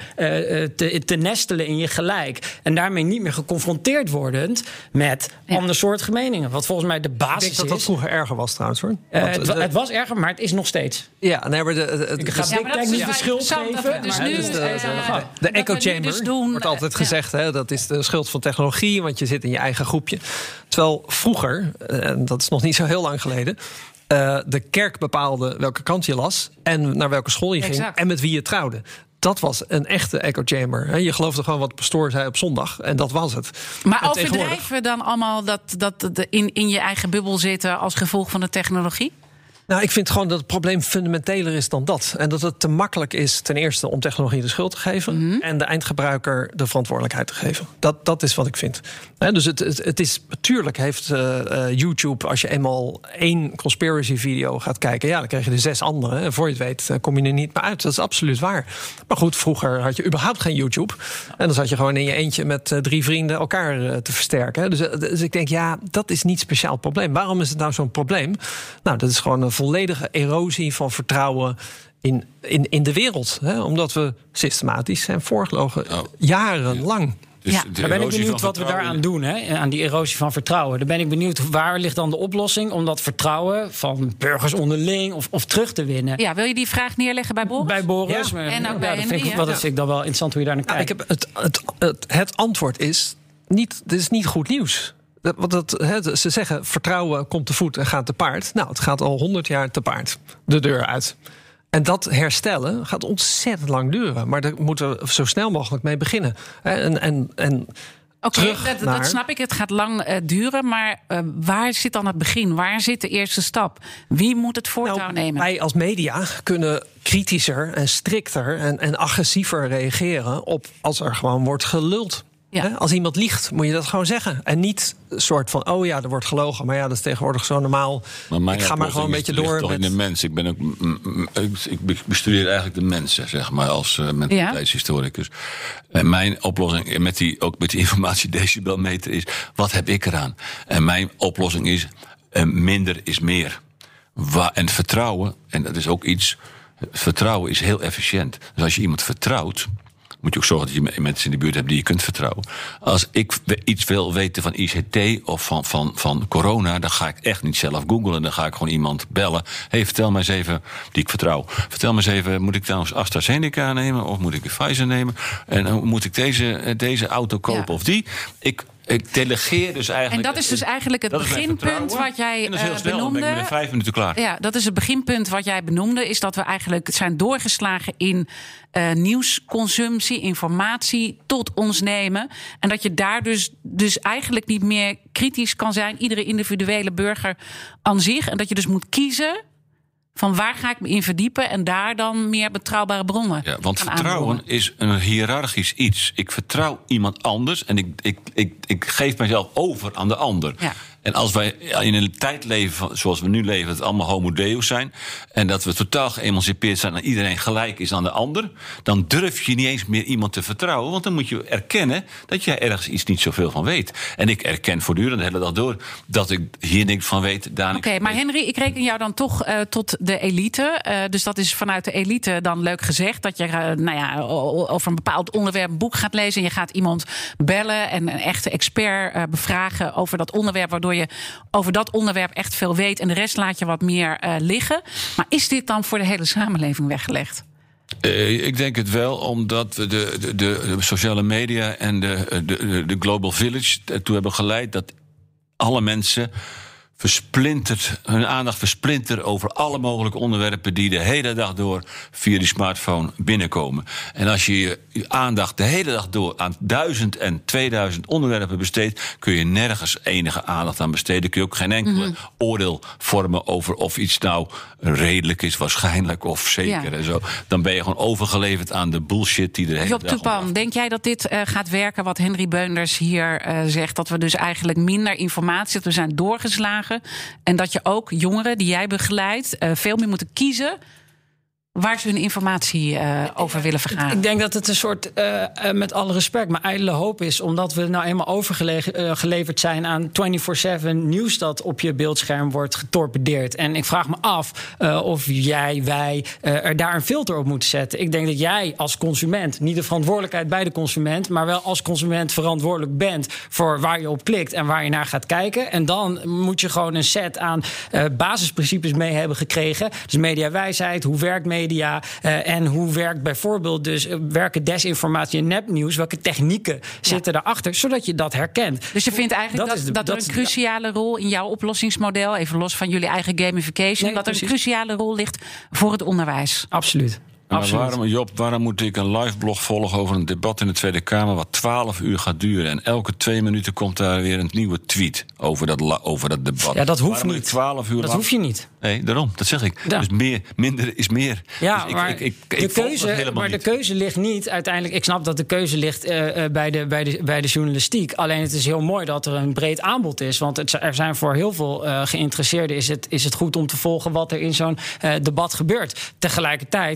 te nestelen in je gelijk. En daarmee niet meer geconfronteerd wordend met andersoortige meningen. Wat volgens mij de basis is. Ik denk dat vroeger erger was trouwens hoor. Het was erger, maar het is nog steeds. Ja, nee, maar ik ga niet de schuld geven. Dus nu, de echo chamber wordt altijd gezegd, dat is de schuld van technologie, want je zit in je eigen groepje. Terwijl vroeger, en dat is nog niet zo heel lang geleden, de kerk bepaalde welke kant je las en naar welke school je ging en met wie je trouwde. Dat was een echte echo chamber. Je geloofde gewoon wat de pastoor zei op zondag en dat was het. Maar overdrijven we dan allemaal dat in je eigen bubbel zitten als gevolg van de technologie? Nou, ik vind gewoon dat het probleem fundamenteler is dan dat. En dat het te makkelijk is ten eerste om technologie de schuld te geven en de eindgebruiker de verantwoordelijkheid te geven. Dat is wat ik vind. Dus het is, natuurlijk heeft YouTube, als je eenmaal 1 conspiracy video gaat kijken, dan krijg je er 6 andere. En voor je het weet kom je er niet meer uit. Dat is absoluut waar. Maar goed, vroeger had je überhaupt geen YouTube. En dan zat je gewoon in je eentje met 3 vrienden elkaar te versterken. Dus ik denk, dat is niet speciaal probleem. Waarom is het nou zo'n probleem? Nou, dat is gewoon een volledige erosie van vertrouwen in de wereld. Omdat we systematisch zijn voorgelogen jarenlang. Dus Ja. Dan ben ik benieuwd wat we daaraan doen, hè? Aan die erosie van vertrouwen. Dan ben ik benieuwd, waar ligt dan de oplossing om dat vertrouwen van burgers onderling of terug te winnen? Ja, wil je die vraag neerleggen bij Boris? Bij Boris. Ja. En ook bij dat Henry, vind ik dan wel interessant hoe je daar naar kijkt. Het antwoord is dit is niet goed nieuws. Ze zeggen, vertrouwen komt te voet en gaat te paard. Nou, het gaat al 100 jaar te paard de deur uit. En dat herstellen gaat ontzettend lang duren. Maar daar moeten we zo snel mogelijk mee beginnen. Oké, dat snap ik. Het gaat lang duren. Maar waar zit dan het begin? Waar zit de eerste stap? Wie moet het voortouw nemen? Wij als media kunnen kritischer en strikter en agressiever reageren op als er gewoon wordt geluld. Ja. Als iemand liegt, moet je dat gewoon zeggen. En niet een soort van, er wordt gelogen. Maar ja, dat is tegenwoordig zo normaal. Maar ik ga maar gewoon een beetje door. Toch in de mens. Ik bestudeer eigenlijk de mensen, zeg maar, als mentaliteitshistoricus. En mijn oplossing, ook met die informatiedecibelmeter, is: wat heb ik eraan? En mijn oplossing is: minder is meer. En vertrouwen, en dat is ook iets. Vertrouwen is heel efficiënt. Dus als je iemand vertrouwt, moet je ook zorgen dat je mensen in de buurt hebt die je kunt vertrouwen. Als ik iets wil weten van ICT of van corona, dan ga ik echt niet zelf googlen. Dan ga ik gewoon iemand bellen. Vertel me eens even, die ik vertrouw. Vertel me eens even, moet ik trouwens AstraZeneca nemen of moet ik Pfizer nemen? En moet ik deze auto kopen of die? Ik delegeer dus eigenlijk. En dat is dus eigenlijk het beginpunt wat jij en dat is heel snel, benoemde. Dan ben ik binnen 5 minuten klaar. Ja, dat is het beginpunt wat jij benoemde. Is dat we eigenlijk zijn doorgeslagen in nieuwsconsumptie, informatie tot ons nemen. En dat je daar dus eigenlijk niet meer kritisch kan zijn. Iedere individuele burger aan zich. En dat je dus moet kiezen van waar ga ik me in verdiepen en daar dan meer betrouwbare bronnen. Ja, want vertrouwen is een hiërarchisch iets. Ik vertrouw iemand anders en ik geef mezelf over aan de ander. Ja. En als wij in een tijd leven zoals we nu leven, dat het allemaal homo deus zijn, en dat we totaal geëmancipeerd zijn en iedereen gelijk is aan de ander, dan durf je niet eens meer iemand te vertrouwen, want dan moet je erkennen dat jij ergens iets niet zoveel van weet. En ik erken voortdurend de hele dag door dat ik hier niks van weet. Oké, maar Henry, ik reken jou dan toch tot de elite. Dus dat is vanuit de elite dan leuk gezegd, dat je over een bepaald onderwerp een boek gaat lezen en je gaat iemand bellen en een echte expert bevragen over dat onderwerp, waardoor je over dat onderwerp echt veel weet en de rest laat je wat meer liggen. Maar is dit dan voor de hele samenleving weggelegd? Ik denk het wel, omdat we de sociale media en de Global Village ertoe hebben geleid dat alle mensen hun aandacht versplintert over alle mogelijke onderwerpen die de hele dag door via die smartphone binnenkomen. En als je je aandacht de hele dag door aan 1000 en 2000 onderwerpen besteedt, kun je nergens enige aandacht aan besteden. Kun je ook geen enkel oordeel vormen over of iets nou redelijk is, waarschijnlijk of zeker en zo. Dan ben je gewoon overgeleverd aan de bullshit die er hele Job dag Tupan, denk jij dat dit gaat werken wat Henry Beunders hier zegt? Dat we dus eigenlijk minder informatie, dat we zijn doorgeslagen en dat je ook jongeren die jij begeleidt veel meer moeten kiezen waar ze hun informatie over willen vergaren? Ik denk dat het een soort, met alle respect, maar ijdele hoop is, omdat we nou eenmaal overgeleverd zijn aan 24/7 nieuws dat op je beeldscherm wordt getorpedeerd. En ik vraag me af of wij er daar een filter op moeten zetten. Ik denk dat jij als consument, niet de verantwoordelijkheid bij de consument, maar wel als consument verantwoordelijk bent voor waar je op klikt en waar je naar gaat kijken. En dan moet je gewoon een set aan basisprincipes mee hebben gekregen. Dus mediawijsheid, hoe werkt media en hoe werkt bijvoorbeeld werken desinformatie en nepnieuws, welke technieken zitten daarachter, zodat je dat herkent. Dus je vindt eigenlijk dat er een cruciale rol in jouw oplossingsmodel, even los van jullie eigen gamification, dat er een cruciale rol ligt voor het onderwijs? Absoluut. Maar waarom moet ik een live blog volgen over een debat in de Tweede Kamer wat 12 uur gaat duren en elke 2 minuten komt daar weer een nieuwe tweet over dat debat? Ja, dat hoeft niet. 12 uur dat hoef je niet. Nee, daarom, dat zeg ik. Ja. Dus minder is meer. Ja, dus maar de keuze ligt niet uiteindelijk. Ik snap dat de keuze ligt bij de journalistiek. Alleen het is heel mooi dat er een breed aanbod is. Want er zijn voor heel veel geïnteresseerden is het goed om te volgen wat er in zo'n debat gebeurt. Tegelijkertijd is het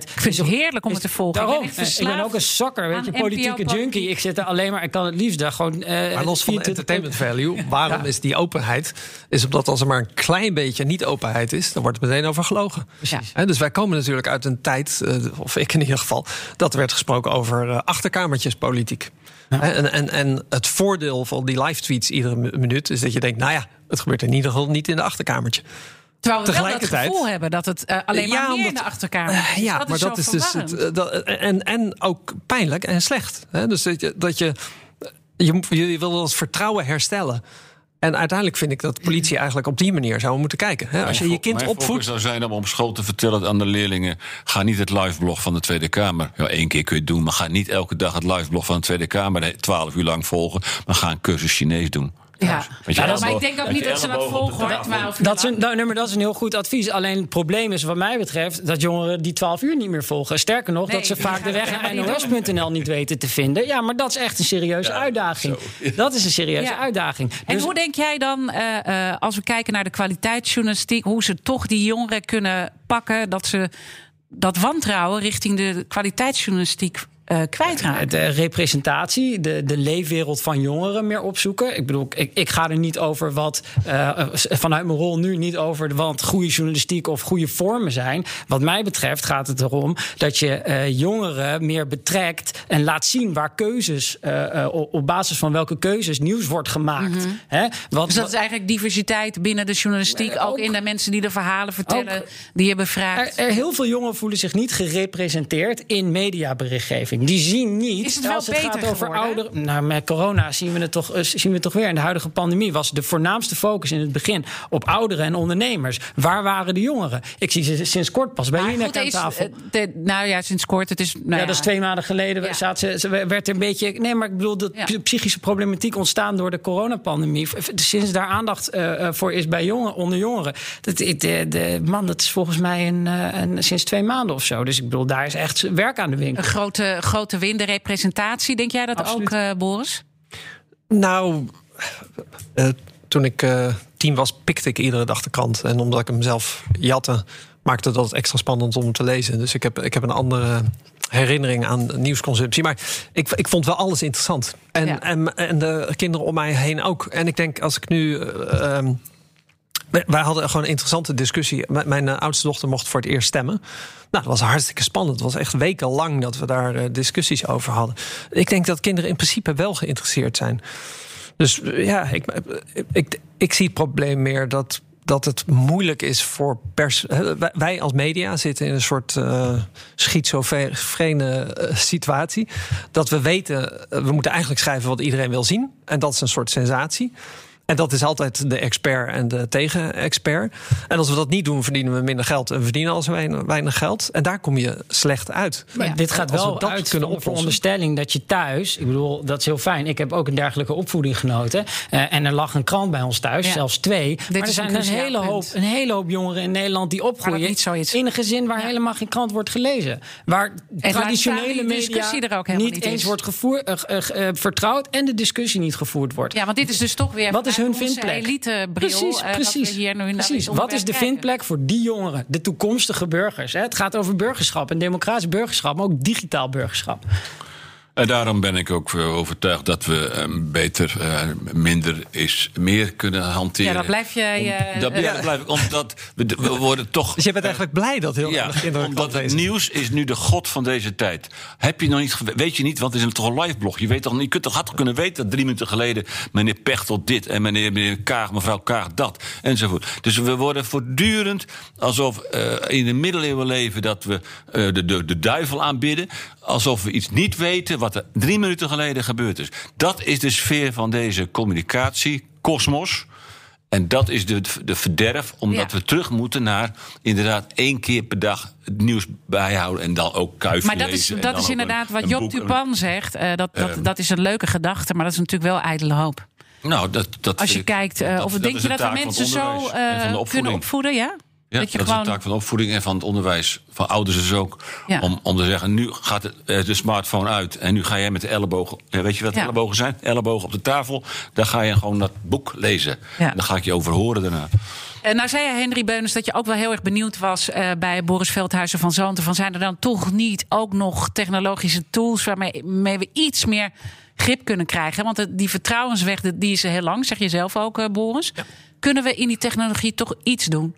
heerlijk om het te volgen. Daarom. Ik ben echt Ik ben ook een zakker, weet je, politieke junkie. Ik zit er alleen maar, ik kan het liefst daar gewoon... maar los van de entertainment value, waarom is die openheid? Is omdat als er maar een klein beetje niet-openheid is, dan wordt het meteen over gelogen. Precies. Dus wij komen natuurlijk uit een tijd, of ik in ieder geval, dat er werd gesproken over achterkamertjespolitiek. Ja. En het voordeel van die live tweets iedere minuut is dat je denkt, nou ja, het gebeurt in ieder geval niet in de achterkamertje. Terwijl we wel het gevoel hebben dat het alleen maar meer in de achterkamer is. Ja, maar dat is dus en ook pijnlijk en slecht. Hè? Dus je wil het vertrouwen herstellen. En uiteindelijk vind ik dat de politie eigenlijk op die manier zou moeten kijken. Hè? Als je je kind opvoedt... Mijn zou zijn om school te vertellen aan de leerlingen, ga niet het liveblog van de Tweede Kamer. Ja, 1 keer kun je het doen, maar ga niet elke dag het liveblog van de Tweede Kamer 12 uur lang volgen. Maar ga een cursus Chinees doen. Ja, maar ik denk ook niet dat ze dat volgen hoor. 12 uur dat is een heel goed advies. Alleen het probleem is wat mij betreft dat jongeren die 12 uur niet meer volgen. Sterker nog, dat ze vaak de weg naar NOS.nl niet weten te vinden. Ja, maar dat is echt een serieuze uitdaging. Dat is een serieuze uitdaging. En dus hoe denk jij dan, als we kijken naar de kwaliteitsjournalistiek, hoe ze toch die jongeren kunnen pakken, dat ze dat wantrouwen richting de kwaliteitsjournalistiek kwijtraken? De representatie, de leefwereld van jongeren meer opzoeken. Ik bedoel, ik ga er niet over wat vanuit mijn rol nu niet over wat goede journalistiek of goede vormen zijn. Wat mij betreft gaat het erom dat je jongeren meer betrekt en laat zien waar keuzes, op basis van welke keuzes nieuws wordt gemaakt. Mm-hmm. Dus dat is eigenlijk diversiteit binnen de journalistiek, ook in de mensen die de verhalen vertellen, die je bevraagt. Er heel veel jongeren voelen zich niet gerepresenteerd in mediaberichtgeving. Die zien niet, als het gaat over ouderen. Nou, met corona zien we het toch weer. In de huidige pandemie was de voornaamste focus in het begin op ouderen en ondernemers. Waar waren de jongeren? Ik zie ze sinds kort pas bij Jinek aan tafel. Sinds kort. Het is, dat is 2 maanden geleden. Ze werd er een beetje. Nee, maar ik bedoel, de psychische problematiek ontstaan door de coronapandemie. Sinds daar aandacht voor is bij onder jongeren. Dat is volgens mij sinds 2 maanden of zo. Dus ik bedoel, daar is echt werk aan de winkel. Een grote win, de representatie. Denk jij dat ook, Boris? Nou, toen ik 10 was, pikte ik iedere dag de krant. En omdat ik hem zelf jatte, maakte dat extra spannend om te lezen. Dus ik heb een andere herinnering aan nieuwsconsumptie. Maar ik vond wel alles interessant. En de kinderen om mij heen ook. En ik denk, als ik nu... wij hadden gewoon een interessante discussie. Mijn oudste dochter mocht voor het eerst stemmen. Nou, dat was hartstikke spannend. Het was echt wekenlang dat we daar discussies over hadden. Ik denk dat kinderen in principe wel geïnteresseerd zijn. Dus ja, ik zie het probleem meer dat het moeilijk is voor wij als media zitten in een soort schizofrene situatie. Dat we weten, we moeten eigenlijk schrijven wat iedereen wil zien. En dat is een soort sensatie. En dat is altijd de expert en de tegen-expert. En als we dat niet doen, verdienen we minder geld. En we verdienen al zo weinig geld. En daar kom je slecht uit. Maar dit gaat wel uit van de veronderstelling dat je thuis... Ik bedoel, dat is heel fijn. Ik heb ook een dergelijke opvoeding genoten. En er lag een krant bij ons thuis, zelfs 2. Maar er zijn een hele hoop jongeren in Nederland die opgroeien in een gezin waar helemaal geen krant wordt gelezen. Waar traditionele media niet eens wordt vertrouwd en de discussie niet gevoerd wordt. Ja, want dit is dus toch weer... Wat is hun vindplek? Precies. Wat is de vindplek voor die jongeren, de toekomstige burgers? Het gaat over burgerschap en democratisch burgerschap, maar ook digitaal burgerschap. En daarom ben ik ook overtuigd dat we minder is meer kunnen hanteren. Ja, dat blijf jij... dat blijf ik, omdat we worden toch... Dus je bent eigenlijk blij dat heel weinig kinderen... Omdat het nieuws is nu de god van deze tijd. Heb je nog niet... Weet je niet, want het is toch een liveblog. Je weet toch, je had toch kunnen weten dat 3 minuten geleden... meneer Pechtel dit en meneer Kaag, mevrouw Kaag dat, enzovoort. Dus we worden voortdurend alsof in de middeleeuwen leven... dat we de duivel aanbidden. Alsof we iets niet weten wat er 3 minuten geleden gebeurd is. Dat is de sfeer van deze communicatiekosmos. En dat is de verderf, omdat we terug moeten naar... inderdaad 1 keer per dag het nieuws bijhouden en dan ook kuifje lezen. Maar dat is inderdaad wat Job Tupan zegt. Dat is een leuke gedachte, maar dat is natuurlijk wel ijdele hoop. Nou, als je kijkt, of denk je dat we mensen zo kunnen opvoeden, ja? Ja, dat is de taak van de opvoeding en van het onderwijs. Van ouders dus ook. Ja. Om te zeggen, nu gaat de smartphone uit. En nu ga jij met de ellebogen... Weet je wat ellebogen zijn? Ellebogen op de tafel. Dan ga je gewoon dat boek lezen. Ja. Dan ga ik je over horen daarna. Nou zei Henry Beunens dat je ook wel heel erg benieuwd was bij Boris Veldhuizen van Zanten. Van zijn er dan toch niet ook nog technologische tools waarmee we iets meer grip kunnen krijgen? Want die vertrouwensweg die is heel lang, zeg je zelf ook, Boris. Ja. Kunnen we in die technologie toch iets doen?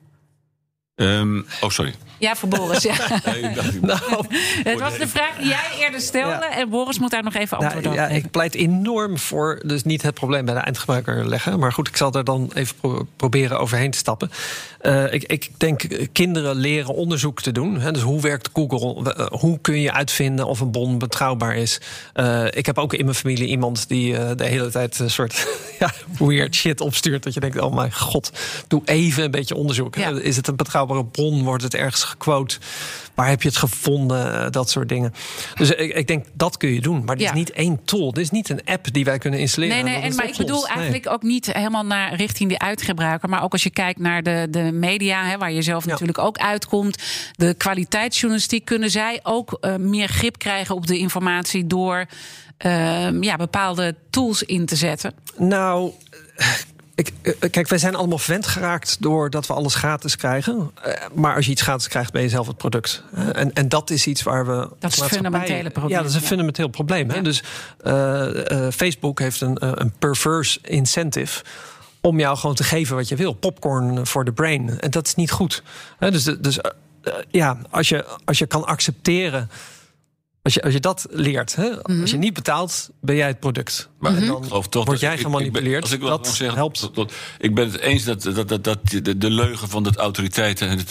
Sorry. Ja, voor Boris. Ja. Nou, het was de vraag die jij eerder stelde. Ja. En Boris moet daar nog even antwoord op geven. Ik pleit enorm voor dus niet het probleem bij de eindgebruiker leggen. Maar goed, ik zal er dan even proberen overheen te stappen. Ik denk kinderen leren onderzoek te doen. Dus hoe werkt Google? Hoe kun je uitvinden of een bron betrouwbaar is? Ik heb ook in mijn familie iemand die de hele tijd een soort weird shit opstuurt. Dat je denkt, oh mijn god, doe even een beetje onderzoek. Ja. Is het een betrouwbare bron? Wordt het ergens gequote? Waar heb je het gevonden? Dat soort dingen. Dus ik denk, dat kun je doen. Maar dit is niet één tool. Dit is niet een app die wij kunnen installeren. Nee, maar ik bedoel eigenlijk ook niet helemaal richting de uitgebruiker. Maar ook als je kijkt naar de media, waar je zelf natuurlijk ook uitkomt. De kwaliteitsjournalistiek, kunnen zij ook meer grip krijgen op de informatie door bepaalde tools in te zetten? Nou, kijk, wij zijn allemaal verwend geraakt doordat we alles gratis krijgen. Maar als je iets gratis krijgt, ben je zelf het product. En dat is iets waar we... Dat is een fundamentele probleem. Ja, dat is een fundamenteel probleem. Hè? Dus Facebook heeft een perverse incentive om jou gewoon te geven wat je wil. Popcorn voor de brain. En dat is niet goed. Dus als je kan accepteren... Als je dat leert, als je niet betaalt, ben jij het product. Maar en dan word jij gemanipuleerd. Als ik wil dat zeggen, helpt. Ik ben het eens dat de leugen van de autoriteiten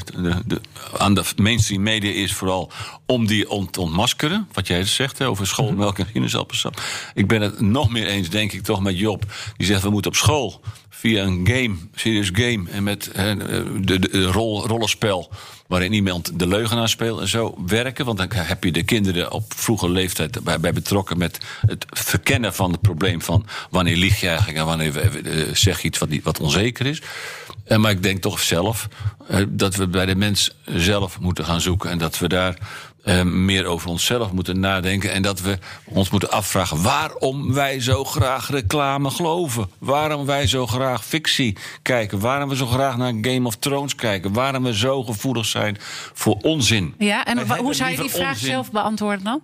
aan de mainstream media is vooral om die te ontmaskeren. Wat jij zegt over schoolmelk en sinaasappelsap. Ik ben het nog meer eens, denk ik, toch met Job. Die zegt, we moeten op school via een serious game en met de rollenspel waarin iemand de leugenaar speelt en zo werken. Want dan heb je de kinderen op vroege leeftijd bij betrokken met het verkennen van het probleem van wanneer lieg je eigenlijk en wanneer zeg je iets wat onzeker is. Maar ik denk toch zelf dat we bij de mens zelf moeten gaan zoeken en dat we daar meer over onszelf moeten nadenken. En dat we ons moeten afvragen waarom wij zo graag reclame geloven. Waarom wij zo graag fictie kijken. Waarom we zo graag naar Game of Thrones kijken. Waarom we zo gevoelig zijn voor onzin. Ja, en hoe zou je die vraag zelf beantwoorden dan?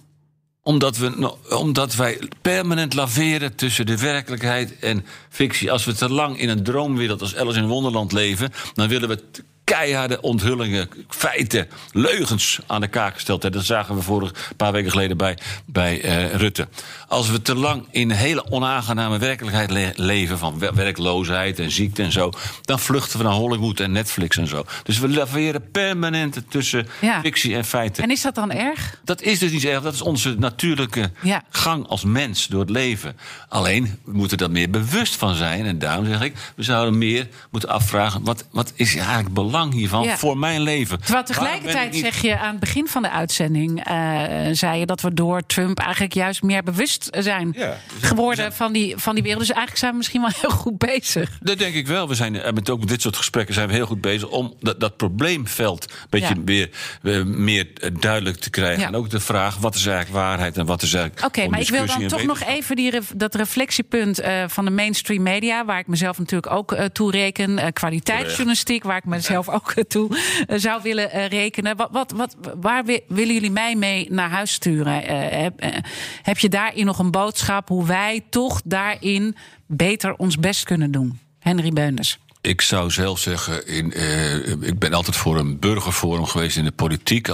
Omdat wij permanent laveren tussen de werkelijkheid en fictie. Als we te lang in een droomwereld als Alice in Wonderland leven, dan willen we keiharde onthullingen, feiten, leugens aan de kaak gesteld hebben. Dat zagen we een paar weken geleden bij Rutte. Als we te lang in een hele onaangename werkelijkheid leven van werkloosheid en ziekte en zo, dan vluchten we naar Hollywood en Netflix en zo. Dus we laveren permanent tussen fictie en feiten. En is dat dan erg? Dat is dus niet erg. Dat is onze natuurlijke gang als mens door het leven. Alleen, we moeten er meer bewust van zijn. En daarom zeg ik, we zouden meer moeten afvragen, wat is eigenlijk belangrijk hiervan voor mijn leven? Terwijl tegelijkertijd zeg je aan het begin van de uitzending, zei je dat we door Trump eigenlijk juist meer bewust zijn geworden van die wereld. Dus eigenlijk zijn we misschien wel heel goed bezig. Dat denk ik wel. We zijn ook met dit soort gesprekken zijn we heel goed bezig om dat probleemveld een beetje meer duidelijk te krijgen. Ja. En ook de vraag, wat is eigenlijk waarheid en wat is eigenlijk Oké, maar ik wil dan toch nog even dat reflectiepunt van de mainstream media, waar ik mezelf natuurlijk ook toe reken, kwaliteitsjournalistiek, waar ik mezelf ook toe zou willen rekenen. Waar willen jullie mij mee naar huis sturen? Heb je daarin nog een boodschap hoe wij toch daarin beter ons best kunnen doen? Henry Beunens. Ik zou zelf zeggen, ik ben altijd voor een burgerforum geweest in de politiek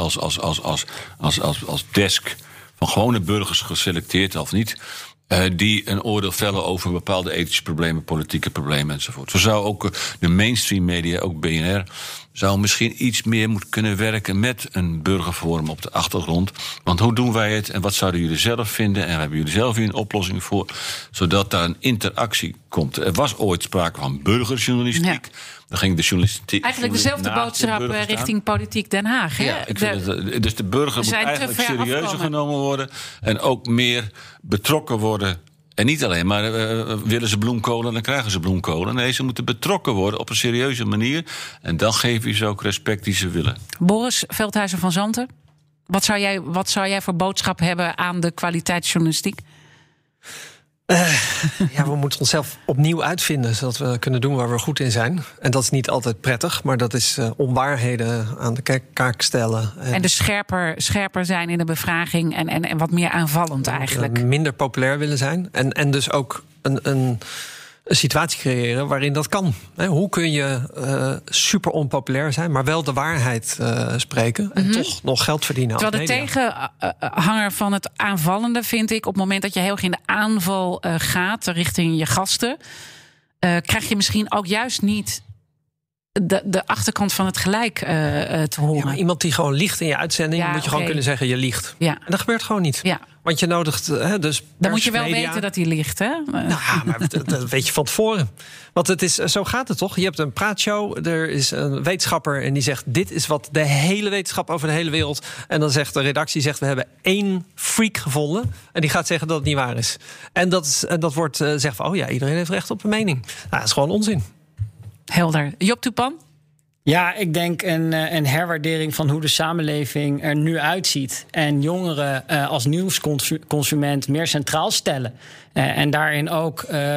als desk van gewone burgers geselecteerd of niet. Die een oordeel vellen over bepaalde ethische problemen, politieke problemen enzovoort. Zo zou ook de mainstream media, ook BNR, zou misschien iets meer moeten kunnen werken met een burgerforum op de achtergrond. Want hoe doen wij het en wat zouden jullie zelf vinden? En hebben jullie zelf hier een oplossing voor? Zodat daar een interactie komt. Er was ooit sprake van burgerjournalistiek. Ja. Dan ging de journalistiek eigenlijk dezelfde boodschap richting politiek Den Haag. Hè? Ja, dus de burger moet eigenlijk serieuzer genomen worden en ook meer betrokken worden. En niet alleen maar willen ze bloemkolen, dan krijgen ze bloemkolen. Nee, ze moeten betrokken worden op een serieuze manier. En dan geef je ze ook respect die ze willen. Boris Veldhuizen van Zanten, wat zou jij voor boodschap hebben aan de kwaliteitsjournalistiek? We moeten onszelf opnieuw uitvinden, zodat we kunnen doen waar we goed in zijn. En dat is niet altijd prettig, maar dat is onwaarheden aan de kaak stellen. En dus scherper zijn in de bevraging en wat meer aanvallend eigenlijk. Minder populair willen zijn. En dus ook een situatie creëren waarin dat kan. Hoe kun je super onpopulair zijn, maar wel de waarheid spreken en toch nog geld verdienen? Terwijl de tegenhanger van het aanvallende vind ik, op het moment dat je heel erg in de aanval gaat richting je gasten, krijg je misschien ook juist niet de achterkant van het gelijk te horen. Ja, maar iemand die gewoon liegt in je uitzending, moet je gewoon kunnen zeggen, je liegt. Ja. En dat gebeurt gewoon niet. Ja. Want je nodigt dus dan moet je wel weten dat hij liegt, hè? Maar dat weet je van tevoren. Want zo gaat het toch? Je hebt een praatshow, er is een wetenschapper en die zegt, dit is wat de hele wetenschap over de hele wereld. En dan zegt de redactie, we hebben 1 freak gevonden. En die gaat zeggen dat het niet waar is. En dat wordt zegt van, iedereen heeft recht op een mening. Nou, dat is gewoon onzin. Helder. Job Tupan? Ja, ik denk een herwaardering van hoe de samenleving er nu uitziet. En jongeren als nieuwsconsument meer centraal stellen. En daarin ook,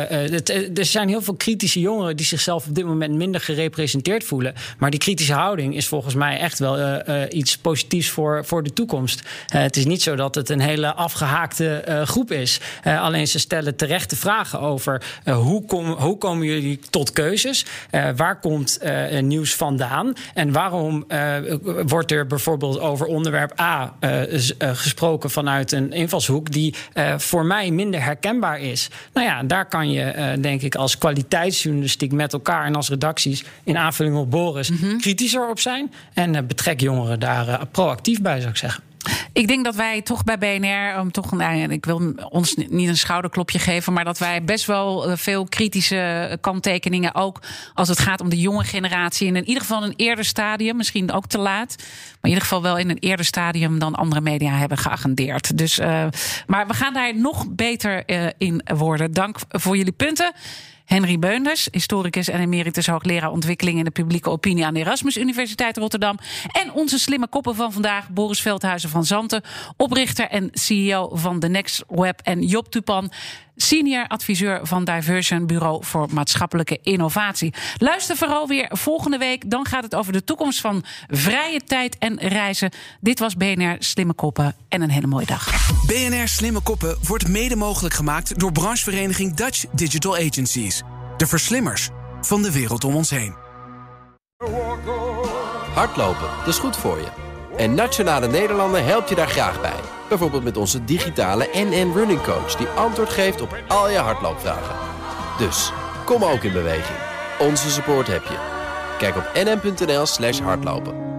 er zijn heel veel kritische jongeren die zichzelf op dit moment minder gerepresenteerd voelen. Maar die kritische houding is volgens mij echt wel iets positiefs voor de toekomst. Het is niet zo dat het een hele afgehaakte groep is. Alleen ze stellen terechte vragen over hoe komen jullie tot keuzes? Waar komt nieuws vandaan? En waarom wordt er bijvoorbeeld over onderwerp A gesproken vanuit een invalshoek die voor mij minder herkenbaar is? Nou ja, daar kan je denk ik als kwaliteitsjournalistiek met elkaar en als redacties in aanvulling op Boris kritischer op zijn. En betrek jongeren daar proactief bij, zou ik zeggen. Ik denk dat wij toch bij BNR, ik wil ons niet een schouderklopje geven, maar dat wij best wel veel kritische kanttekeningen, ook als het gaat om de jonge generatie, in ieder geval een eerder stadium, misschien ook te laat, maar in ieder geval wel in een eerder stadium dan andere media hebben geagendeerd. Dus, maar we gaan daar nog beter in worden. Dank voor jullie punten. Henry Beunders, historicus en emeritus hoogleraar ontwikkeling in de publieke opinie aan de Erasmus Universiteit Rotterdam. En onze slimme koppen van vandaag, Boris Veldhuizen van Zanten, oprichter en CEO van The Next Web, en Job Tupan, senior adviseur van Diversion Bureau voor Maatschappelijke Innovatie. Luister vooral weer volgende week. Dan gaat het over de toekomst van vrije tijd en reizen. Dit was BNR Slimme Koppen en een hele mooie dag. BNR Slimme Koppen wordt mede mogelijk gemaakt door branchevereniging Dutch Digital Agencies. De verslimmers van de wereld om ons heen. Hardlopen, dat is goed voor je. En Nationale Nederlanden helpt je daar graag bij. Bijvoorbeeld met onze digitale NN Running Coach, die antwoord geeft op al je hardloopvragen. Dus, kom ook in beweging. Onze support heb je. Kijk op nn.nl/hardlopen.